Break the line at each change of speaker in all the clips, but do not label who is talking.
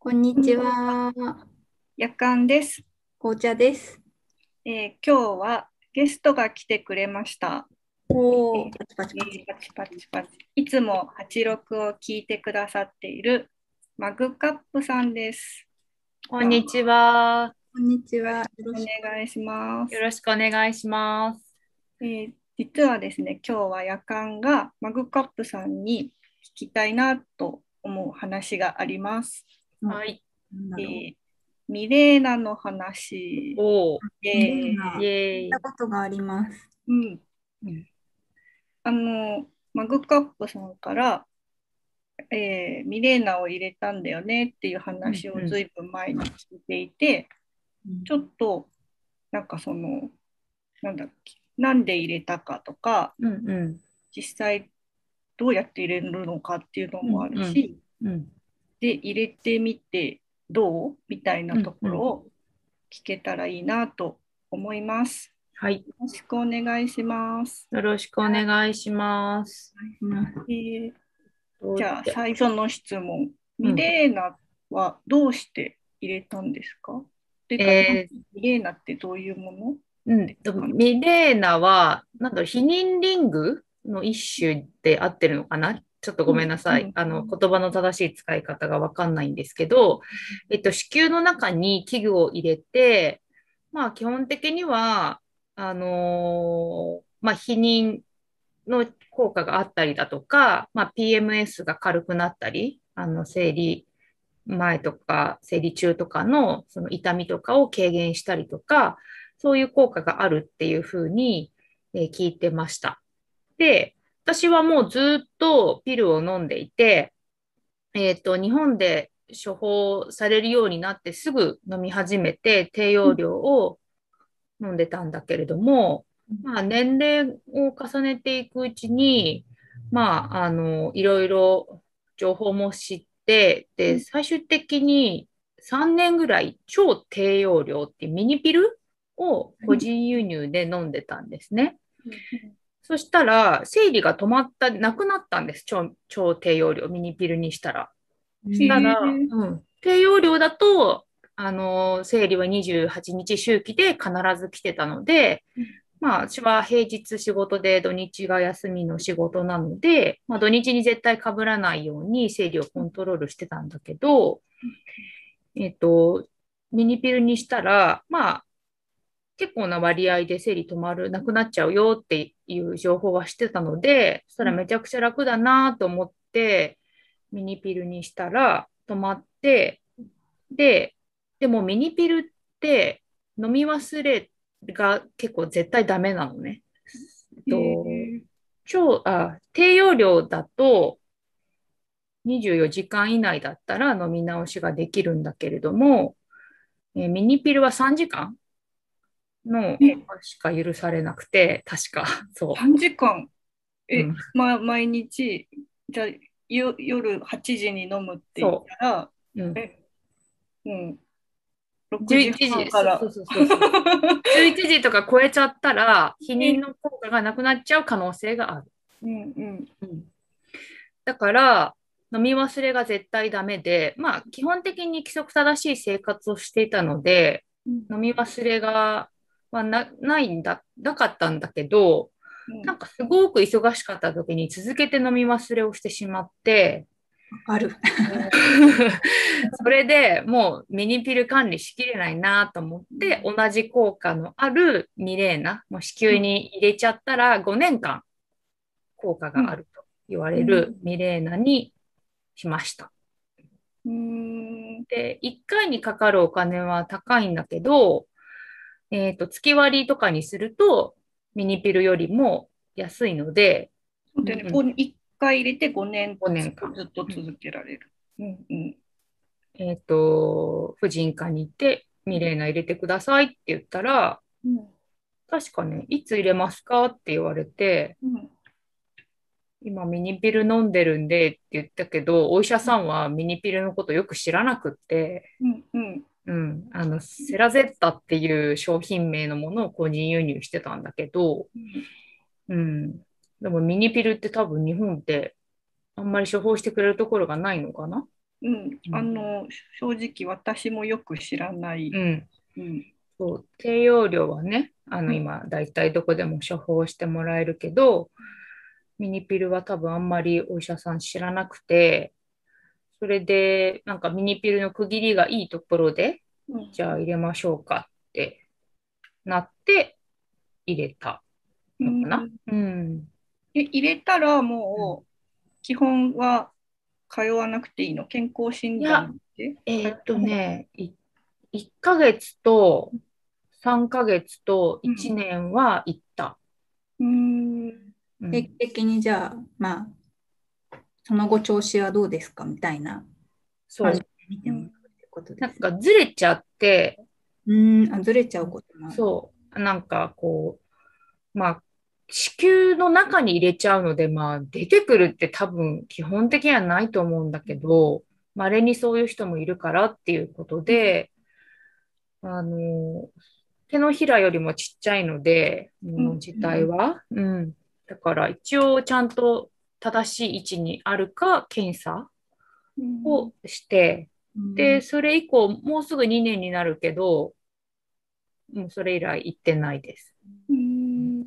こんにちは。
夜間です。
紅茶です。
今日はゲストが来てくれました。
おー、パチパチパチ。
パチパチパチ。いつも86を聞いてくださっているマグカップさんです。
こんにちは。
こんにちは。よろ
お
しく。
願いします。
よろしくお願いします。
実はですね、今日は夜間がマグカップさんに聞きたいなと思う話があります。
はい。
え
なんだろう。
ーミレーナの話。
おー、
ミレーナ、
イ
聞い
エーイ。
たことがあります。
うん、
うん、
マグカップさんから、ミレーナを入れたんだよねっていう
うん、
話を
うん、
ずいぶん前に聞いていて、ちょっとなんかなんだっけ、なんで入れたかとか、
うん、うん、
実際どうやって入れるのかっていうのもあ
うん、うん、
るし、
うん、
で、入れてみてどうみたいなと
うん、うん。
ころを聞けたらいいなと思います。
はい。
よろしくお願いします。
よろしくお願いします。
うん。
えーじゃあ
どうって。
最初の質問。ミ
うん。
レーナはどうして入れたんですか？っていうか、
え
ミレーナってどういうものですかね？
ミレーナは、なんだろう、避妊リングの一種で合ってるのかな。ちょっとごめんなさい。
うん、
言葉の正しい使い方がわかんないんですけど、子宮の中に器具を入れて、まあ、基本的には、まあ、避妊の効果があったりだとか、まあ、PMS が軽くなったり、生理前とか生理中とかのその痛みとかを軽減したりとか、そういう効果があるっていうふうに、聞いてました。で、私はもうずっとピルを飲んでいて、日本で処方されるようになってすぐ飲み始めて低用量を飲んでたんだけれども、まあ、年齢を重ねていくうちに、まあ、いろいろ情報も知って、で、最終的に3年ぐらい超低用量っていうミニピルを個人輸入で飲んでたんですね。そしたら、生理が止まった、なくなったんです。超低用量、ミニピルにしたら。
うん。
したら、
え
低用量だと、生理は28日周期で必ず来てたので、まあ、私は平日仕事で土日が休みの仕事なので、まあ、土日に絶対被らないように生理をコントロールしてたんだけど、えっと、ミニピルにしたら、まあ、結構な割合で生理止まる、なくなっちゃうよっていう情報はしてたので、そしたらめちゃくちゃ楽だなと思って、ミニピルにしたら止まって、で、でもミニピルって飲み忘れが結構絶対ダメなのね。
ー、え
低用量だと24時間以内だったら飲み直しができるんだけれども、ミニピルは3時間のしか許されなくて、確か、そ
3時間。
う。うん、
毎日、じゃあ夜8時に飲むって言っ
そ
たら、
う。うん。
え、うん、6
11
時半
時、そう
から。
そうそうそう。11時とか超えちゃったら、避妊
え、
の効果がなくなっちゃう可能性がある。
うんうん。
うん、だから、飲み忘れが絶対ダメで、まあ、基本的に規則正しい生活をしていたので、
うん
飲み忘れが、ないんだ、なかったんだけど、
うん
なんかすごく忙しかった時に続けて飲み忘れをしてしまって、
わかる。
それでもうミニピル管理しきれないなと思って、同じ効果のあるミレーナ、もう子宮に入れちゃったら5年間効果
うん
があると言われる
うん
ミレーナにしました。
うん
で、1回にかかるお金は高いんだけど、月割りとかにするとミニピルよりも安いので、
そうだよね。
うん、
1回入れて5年
5年間。
ずっと
うん、
続けられる。うんうん。
婦人科に行って、ミレーナ入れてくださいって言ったら、
うん
確かね、いつ入れますかって言われて、
うん
今ミニピル飲んでるんでって言ったけど、お医者さんはミニピルのことよく知らなくって、
うんうん
うん、セラゼッタっていう商品名のものを個人輸入してたんだけど、うん。でもミニピルって多分日本ってあんまり処方してくれるところがないのかな。
正直私もよく知らない。
うん。
うん。
そう、低用量はね、
うん。
今、だいたいどこでも処方してもらえるけど、ミニピルは多分あんまりお医者さん知らなくて、それで、なんかミニピルの区切りがいいところで、
うん。
じゃあ入れましょうかってなって入れた
う
のかな。
ん。
うん。
入れたら
うん、
もう基本は通わなくていいの？健康診
いや、
断で通った方が。
1ヶ月と3ヶ月と1
うん。
年は行った。
うん。
定期
うん。
的にじゃあ、まあ、その後調子はどうですかみたいな感じで
そう。
見てもらう
うん。
ってことで
なん
すね。
かずれちゃって、
ずれちゃうこともある。
そう。なんかこう、まあ、子宮の中に入れちゃうので、まあ、出てくるって多分基本的にはないと思うんだけど、稀にそういう人もいるからっていうことで、あの、手のひらよりもちっちゃいので、も
うん。
の自体は。うん。だから一応ちゃんと正しい位置にあるか検査
うん。
をして、で、
うん。
それ以降、もうすぐ2年になるけど、もうそれ以来行ってないです。
うん。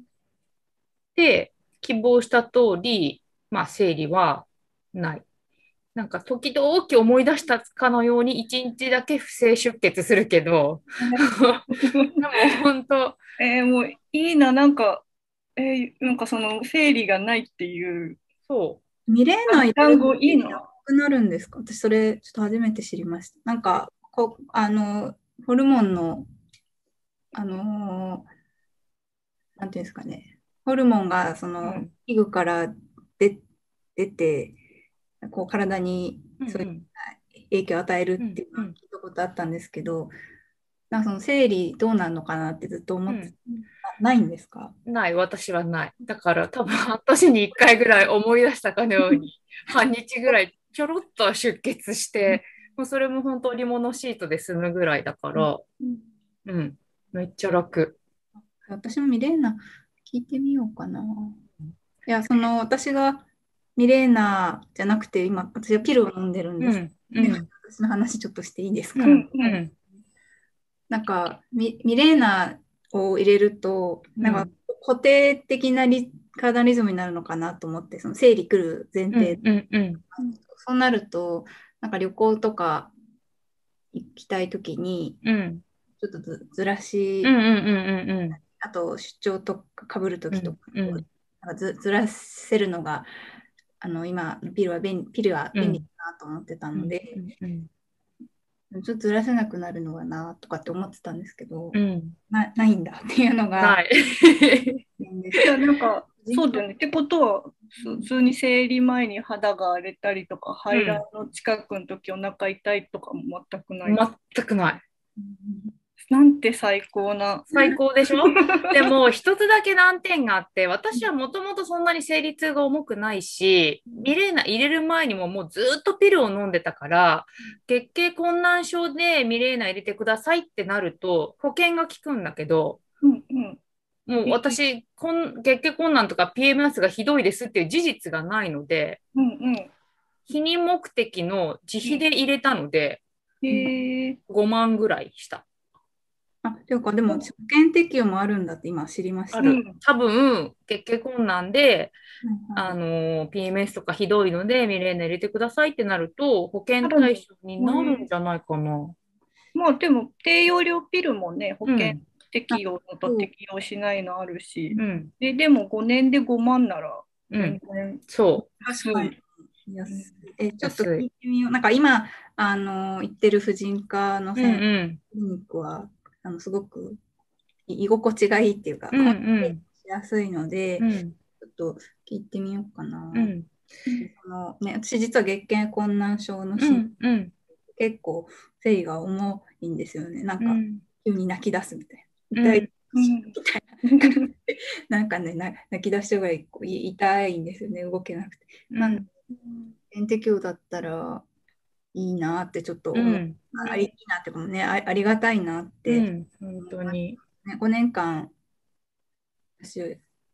で、希望した通り、まあ、生理はない。なんか、時々思い出したかのように、一日だけ不正出血するけど、でも本当、
もういいな、なんかその生理がないっていう
そ
ミレーナ入れると
単語いいな。
なくなるんですか？私、それ、ちょっと初めて知りました。なんか、ホルモンの、あのなんていうんですかね、ホルモンが、
う。うん。
器具から出、出て、こう、体にそういう
うんうん。
影響を与えるっていうのは
うんうん。
聞いたことあったんですけど、なんかその生理どうなるのかなってずっと思って、
うん。
ないんですか？
ない、私はない。だから多分半年に1回ぐらい思い出したかのように、半日ぐらいちょろっと出血して、もうそれも本当織物シートで済むぐらいだか
うん。
ら、うん、めっちゃ楽。
私もミレーナ聞いてみようかな。いや、私がミレーナじゃなくて、今、私はピルを飲んでるんです。
うん、うん、
私の話ちょっとしていいですか？
うん、
うん。うん。
うん、
なんか、ミレーナを入れると、なんか
うん、
固定的な体のリズムになるのかなと思って、その生理来る前提。
うん、うん、うん、
うん。
そうなると、なんか旅行とか行きたいときに、
うん、
ちょっとずら
うん、
し、
うん、うん、
あと出張とか被ると
うん、
きとか、
うん、
なんかずらせるのが、今、ピルは便利
うん、
だなと思ってた
うん、
ので、
うん、
ちょっとずらせなくなるのかなとかって思ってたんですけど、
うん、
ないんだっていうのが、
ない。
で
じゃあなんか、
人工
そうだよね。ってことは、普通に生理前に肌が荒れたりとか、排卵
うん、
の近くの時お腹痛いとかも全くない。
全くない。
なんて最高な。
最高でしょ？でも、一つだけ難点があって、私はもともとそんなに生理痛が重くないし、ミレーナ入れる前にももうずっとピルを飲んでたから、月経困難症でミレーナ入れてくださいってなると、保険が効くんだけど、
うんうん。
もう私、月経困難とか PMS がひどいですっていう事実がないので、
うんうん。
避妊目的の自費で入れたので、
へえ。
5万ぐらいした。
ていうか、でも、保険適用もあるんだって今知りました。
ある。
うん。
多分、月経困難で、
はいはい。
PMS とかひどいので、ミレーナ入れてくださいってなると、保険
あるの。
対象になるんじゃないかな。
まあでも、低用量ピルもね、保険
うん、
適用のと
そう、
適用しないのあるし、
うん、
でも5年で5万なら全
うん。
然
そ
確かに
安い。うん。
安い。ち
う、
ょっと聞
安い。
いてみよう。なんか今、行ってる婦人科の
うん、うん、
クリニックは、すごく居心地がいいっていうか、
うん、
コミュ
うん、
ニケーションしやすいので、
うん、
ちょっと聞いてみようかな。
うん、
で私実は月経困難症の
うん、うん、
結構生理が重いんですよね。なんか、
うん、
急に泣き出すみたいな。痛い
うん、
うん。
みたいな。なんかね、泣き出したぐらい痛いんですよね、動けなくて。なんで、
うん、
点滴用だったらいいなってちょっと思う。
うん、
いいなっていうかもね、ありがたいなって
うん、本
思います
当に。
ね。5年間、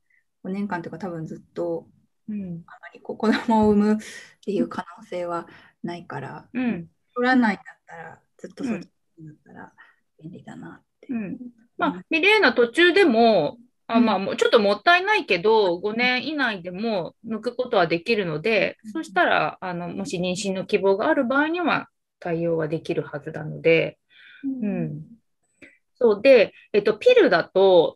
私、5年間というか多分ずっと、
うん、
あまり子供を産むっていう可能性はないから、
うん
取らないんだったら、ずっと
うん
そっちだったら便利だなって。
うんまあ、ミレーナ途中でも、まあ、もうちょっともったいないけど、5年以内でも抜くことはできるので、そしたら、もし妊娠の希望がある場合には対応はできるはずなので、うん。そうで、ピルだと、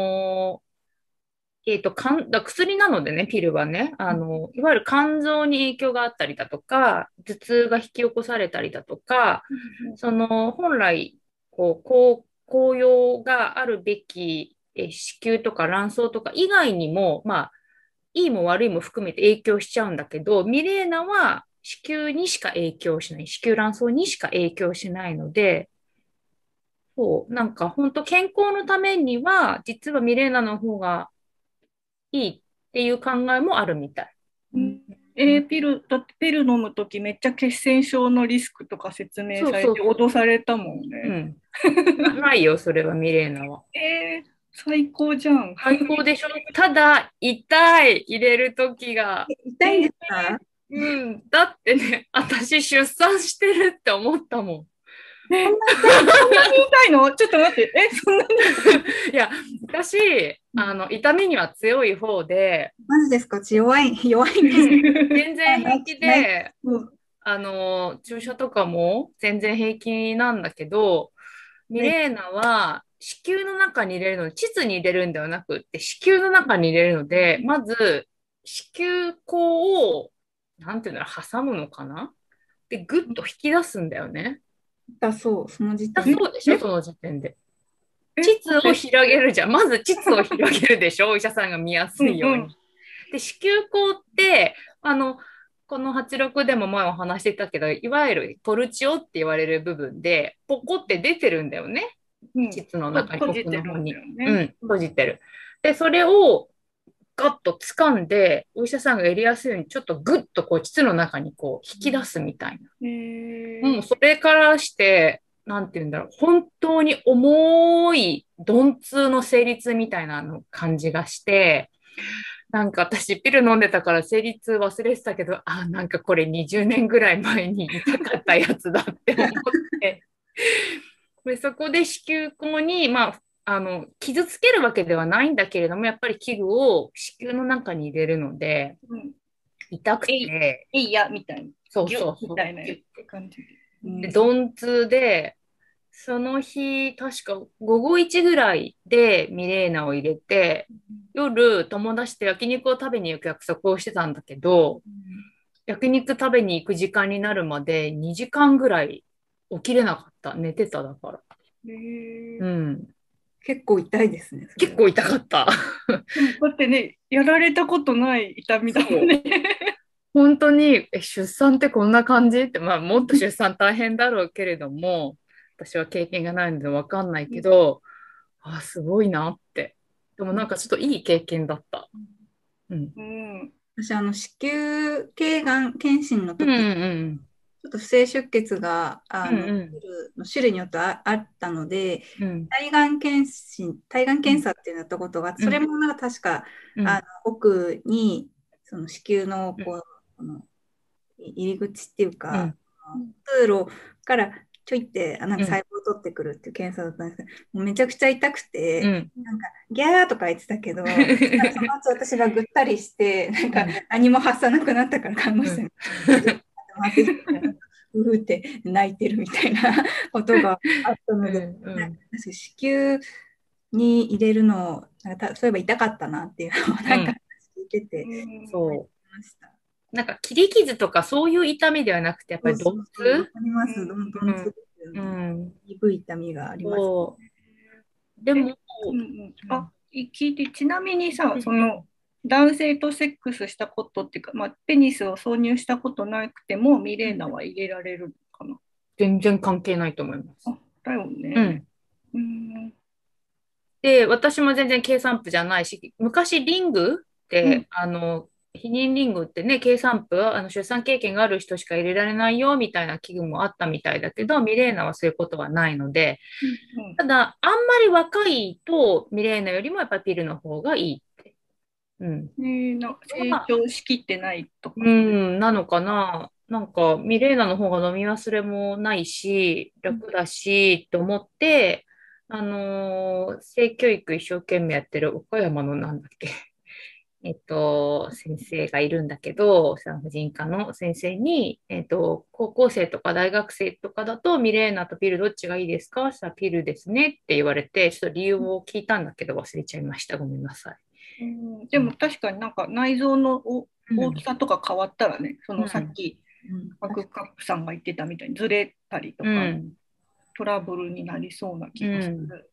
薬なのでね、ピルはね、いわゆる肝臓に影響があったりだとか、頭痛が引き起こされたりだとか、本来、効用があるべき子宮とか卵巣とか以外にも、まあ、いいも悪いも含めて影響しちゃうんだけど、ミレーナは子宮にしか影響しない、子宮卵巣にしか影響しないので、そう、なんか本当健康のためには、実はミレーナの方がいいっていう考えもあるみたい。
だってピル飲むときめっちゃ血栓症のリスクとか説明されて
そう
脅されたもんね。
ないよ、それはミレーナは。
最高じゃん。
最高でしょ。ただ、痛い、入れるときが。
痛いんですか？
だってね、私出産してるって思ったもん。
そんなに痛いの？ちょっと待って、そんなに
いや、私、痛みには強い方で、
マジですか？弱いんです。
全然平気で、注射とかも全然平気なんだけど、ミレーナは子宮の中に入れるの、膣に入れるんではなくって、子宮の中に入れるので、まず、子宮口を、なんていうの、挟むのかなで、ぐっと引き出すんだよね。
そう、その時
だ
点で。
そうでしょ、その時点で。膣を広げるじゃん。まず膣を広げるでしょ、お医者さんが見やすいように。で、子宮口って、この86でも前お話してたけど、いわゆるポルチオって言われる部分で、ポコって出てるんだよね。膣の中に、奥の方に。閉じてる。で、それをガッと掴んで、お医者さんがやりやすいように、ちょっとグッと膣の中に引き出すみたいな。もうそれからして、なんて言うんだろう、本当に重い鈍痛の生理痛みたいな感じがして、なんか私ピル飲んでたから生理痛忘れてたけど、なんかこれ20年ぐらい前に痛かったやつだって思って。でそこで子宮口に、傷つけるわけではないんだけれども、やっぱり器具を子宮の中に入れるので、痛くて。
いや、みたいな。
そうそうそう。
みたいな感じ。
で、鈍痛で、その日、確か午後1ぐらいでミレーナを入れて、夜友達と焼肉を食べに行く約束をしてたんだけど、焼肉食べに行く時間になるまで2時間ぐらい起きれなかった。寝てただから。
結構痛いですね。
結構痛かった。
だってね、やられたことない痛みだもんね。
本当に出産ってこんな感じって、もっと出産大変だろうけれども、私は経験がないので分かんないけど、すごいなって。でもなんかちょっといい経験だった。
私、子宮頸がん検診の時、ちょっと不正出血がピルの種類によってあったので、体外検査っていうのやったことがあって、それもなんか確か、奥にその子宮の入り口っていうか、通路からちょいってなんか細胞を取ってくるっていう検査だったんですけど、もうめちゃくちゃ痛くて、なんかギャーとか言ってたけど、その後私がぐったりして、なんか何も発さなくなったから看護師さんにうーって泣いてるみたいなことがあったので、子宮に入れるの、そういえば痛かったなっていうのをなんか聞いてて、
そうなんか切り傷とかそういう痛みではなくて、やっぱり鈍痛。
あります、鈍痛。鈍い痛みがあります。
でも、
聞いて、ちなみにさ、その男性とセックスしたことっていうか、ペニスを挿入したことなくても、ミレーナは入れられるのかな？
全然関係ないと思います。
だよね。
で、私も全然計算部じゃないし、昔リングって、避妊リングってね、計算部、出産経験がある人しか入れられないよみたいな器具もあったみたいだけど、ミレーナはそういうことはないので、ただ、あんまり若いとミレーナよりもやっぱりピルの方がいいって。
成長しきってないとか。
なのかな。 なんかミレーナの方が飲み忘れもないし、楽だし、と思って、性教育一生懸命やってる岡山のなんだっけ、先生がいるんだけど、産婦人科の先生に、高校生とか大学生とかだとミレーナとピルどっちがいいですか？さあピルですねって言われて、ちょっと理由を聞いたんだけど忘れちゃいました。ごめんなさい。
でも確かになんか内臓の大きさとか変わったらね、そのさっきマグカップさんが言ってたみたいにずれたりとか、トラブルになりそうな気がする。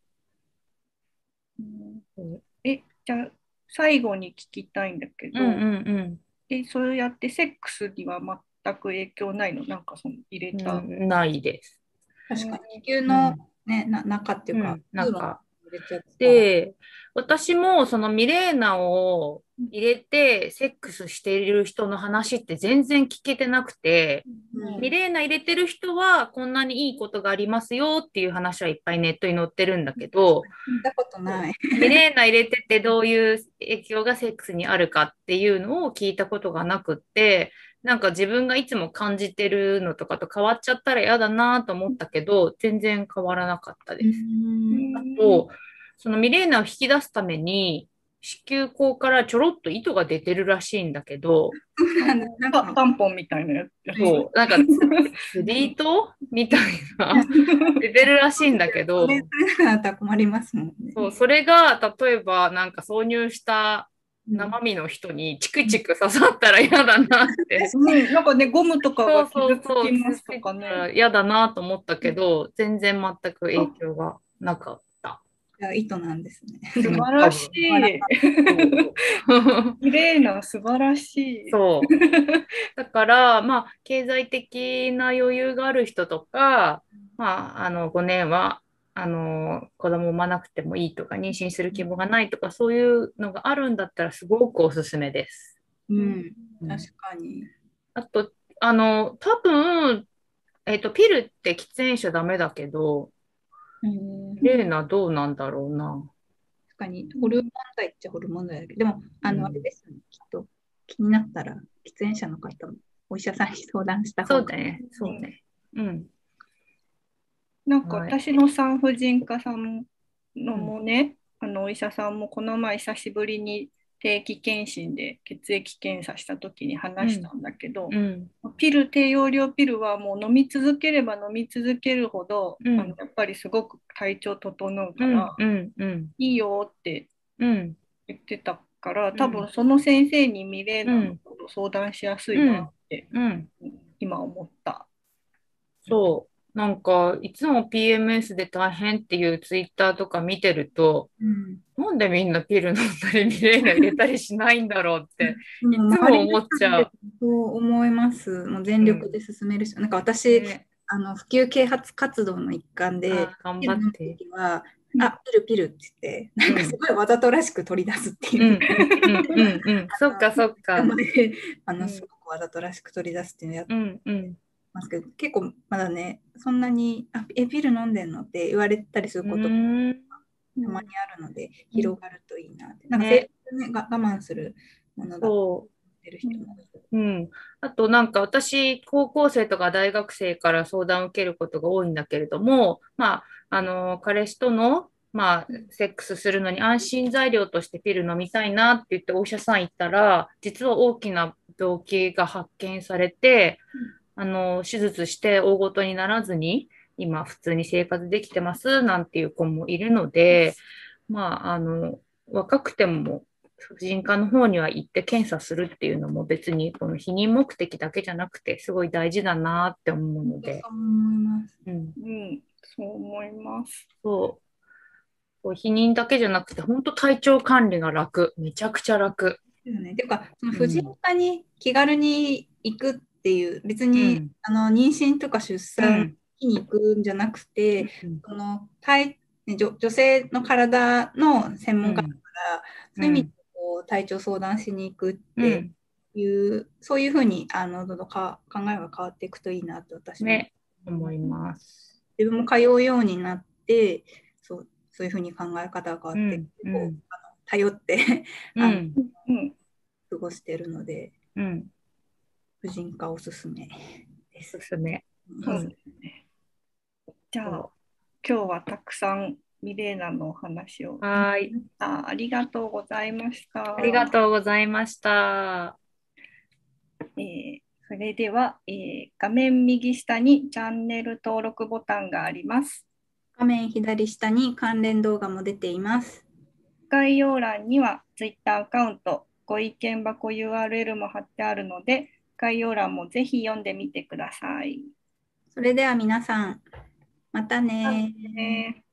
じゃあ最後に聞きたいんだけど、そうやってセックスには全く影響ないの？なんかその入れた。
ないです。
確かに子宮の、ね、中っていうか、
中で、私もそのミレーナを入れてセックスしている人の話って全然聞けてなくて、ミレーナ入れてる人はこんなにいいことがありますよっていう話はいっぱいネットに載ってるんだけど、
聞いたことない。
ミレーナ入れててどういう影響がセックスにあるかっていうのを聞いたことがなくって、なんか自分がいつも感じてるのとかと変わっちゃったら嫌だなと思ったけど、全然変わらなかったです。あと、そのミレーナを引き出すために、子宮口からちょろっと糸が出てるらしいんだけど、
タンポンみたいなやつ。
そう、なんか釣り糸みたいな出てるらしいんだけど、
困りますもんね。
そう、それが例えばなんか挿入した生身の人にチクチク刺さったら嫌だなって。
なんかね、ゴムとかが傷つきますとかね。
嫌だなと思ったけど、全然全く影響がなかった。
糸なんですね。
素晴らしい。綺麗な、素晴らしい。
そう。だから、まあ、経済的な余裕がある人とか、まあ、5年は、子供を産まなくてもいいとか、妊娠する希望がないとか、そういうのがあるんだったら、すごくおすすめです。
確かに。
あと、多分、ピルって喫煙者ダメだけど、レーナどうなんだろうな。
確かに、ホルモン剤っちゃホルモン剤だけど、でも、あれですよね、きっと気になったら、喫煙者の方もお医者さんに相談した方が。
そうだね、そうね。うん。
なんか私の産婦人科さんのもね、お医者さんもこの前久しぶりに定期検診で血液検査した時に話したんだけど、低用量ピルはもう飲み続ければ飲み続けるほど、やっぱりすごく体調整うから、いいよって言ってたから、多分その先生にミレーナのこと相談しやすいなって今思った。
そう。なんか、いつも PMS で大変っていうツイッターとか見てると、なんでみんなピル飲んだりミレーナ入れたりしないんだろうって、いつも思っちゃう。
そう思います。もう全力で進めるし、なんか私、普及啓発活動の一環で、
頑張って。
ピルピルって言って、なんかすごいわざとらしく取り出すっていう。
そっかそっか。
すごくわざとらしく取り出すっていうのやってますけど、結構まだね、そんなに、ピル飲んでんのって言われたりすることもたまにあるので、広がるといいなって。なんか生活ね、我慢するものだと言ってる人も
いる。あとなんか私、高校生とか大学生から相談を受けることが多いんだけれども、まあ、彼氏との、まあ、セックスするのに安心材料としてピル飲みたいなって言ってお医者さん行ったら、実は大きな病気が発見されて、手術して大ごとにならずに、今普通に生活できてますなんていう子もいるので、まあ、若くても婦人科の方には行って検査するっていうのも別にこの避妊目的だけじゃなくてすごい大事だなって思うので。
そう思います。
そう思います。
そう。避妊だけじゃなくて本当体調管理が楽。めちゃくちゃ楽。
ていうか、その婦人科に気軽に行くっていう、別に、妊娠とか出産に行くんじゃなくて、その女性の体の専門家だから、そういう意味で体調相談しに行くっていう、そういうふうにどんどん考えが変わっていくといいなと私も
思います。
自分も通うようになって、そういうふうに考え方が変わって、頼って過ごしてるので、 婦人科おすすめで
お
す。
すすめ。
そうですね。じゃあ、今日はたくさんミレーナのお話をありがとうございました。
ありがとうございました。
それでは、画面右下にチャンネル登録ボタンがあります。
画面左下に関連動画も出ています。
概要欄には Twitter アカウント、ご意見箱 URL も貼ってあるので、概要欄もぜひ読んでみてください。
それでは皆さん、またね。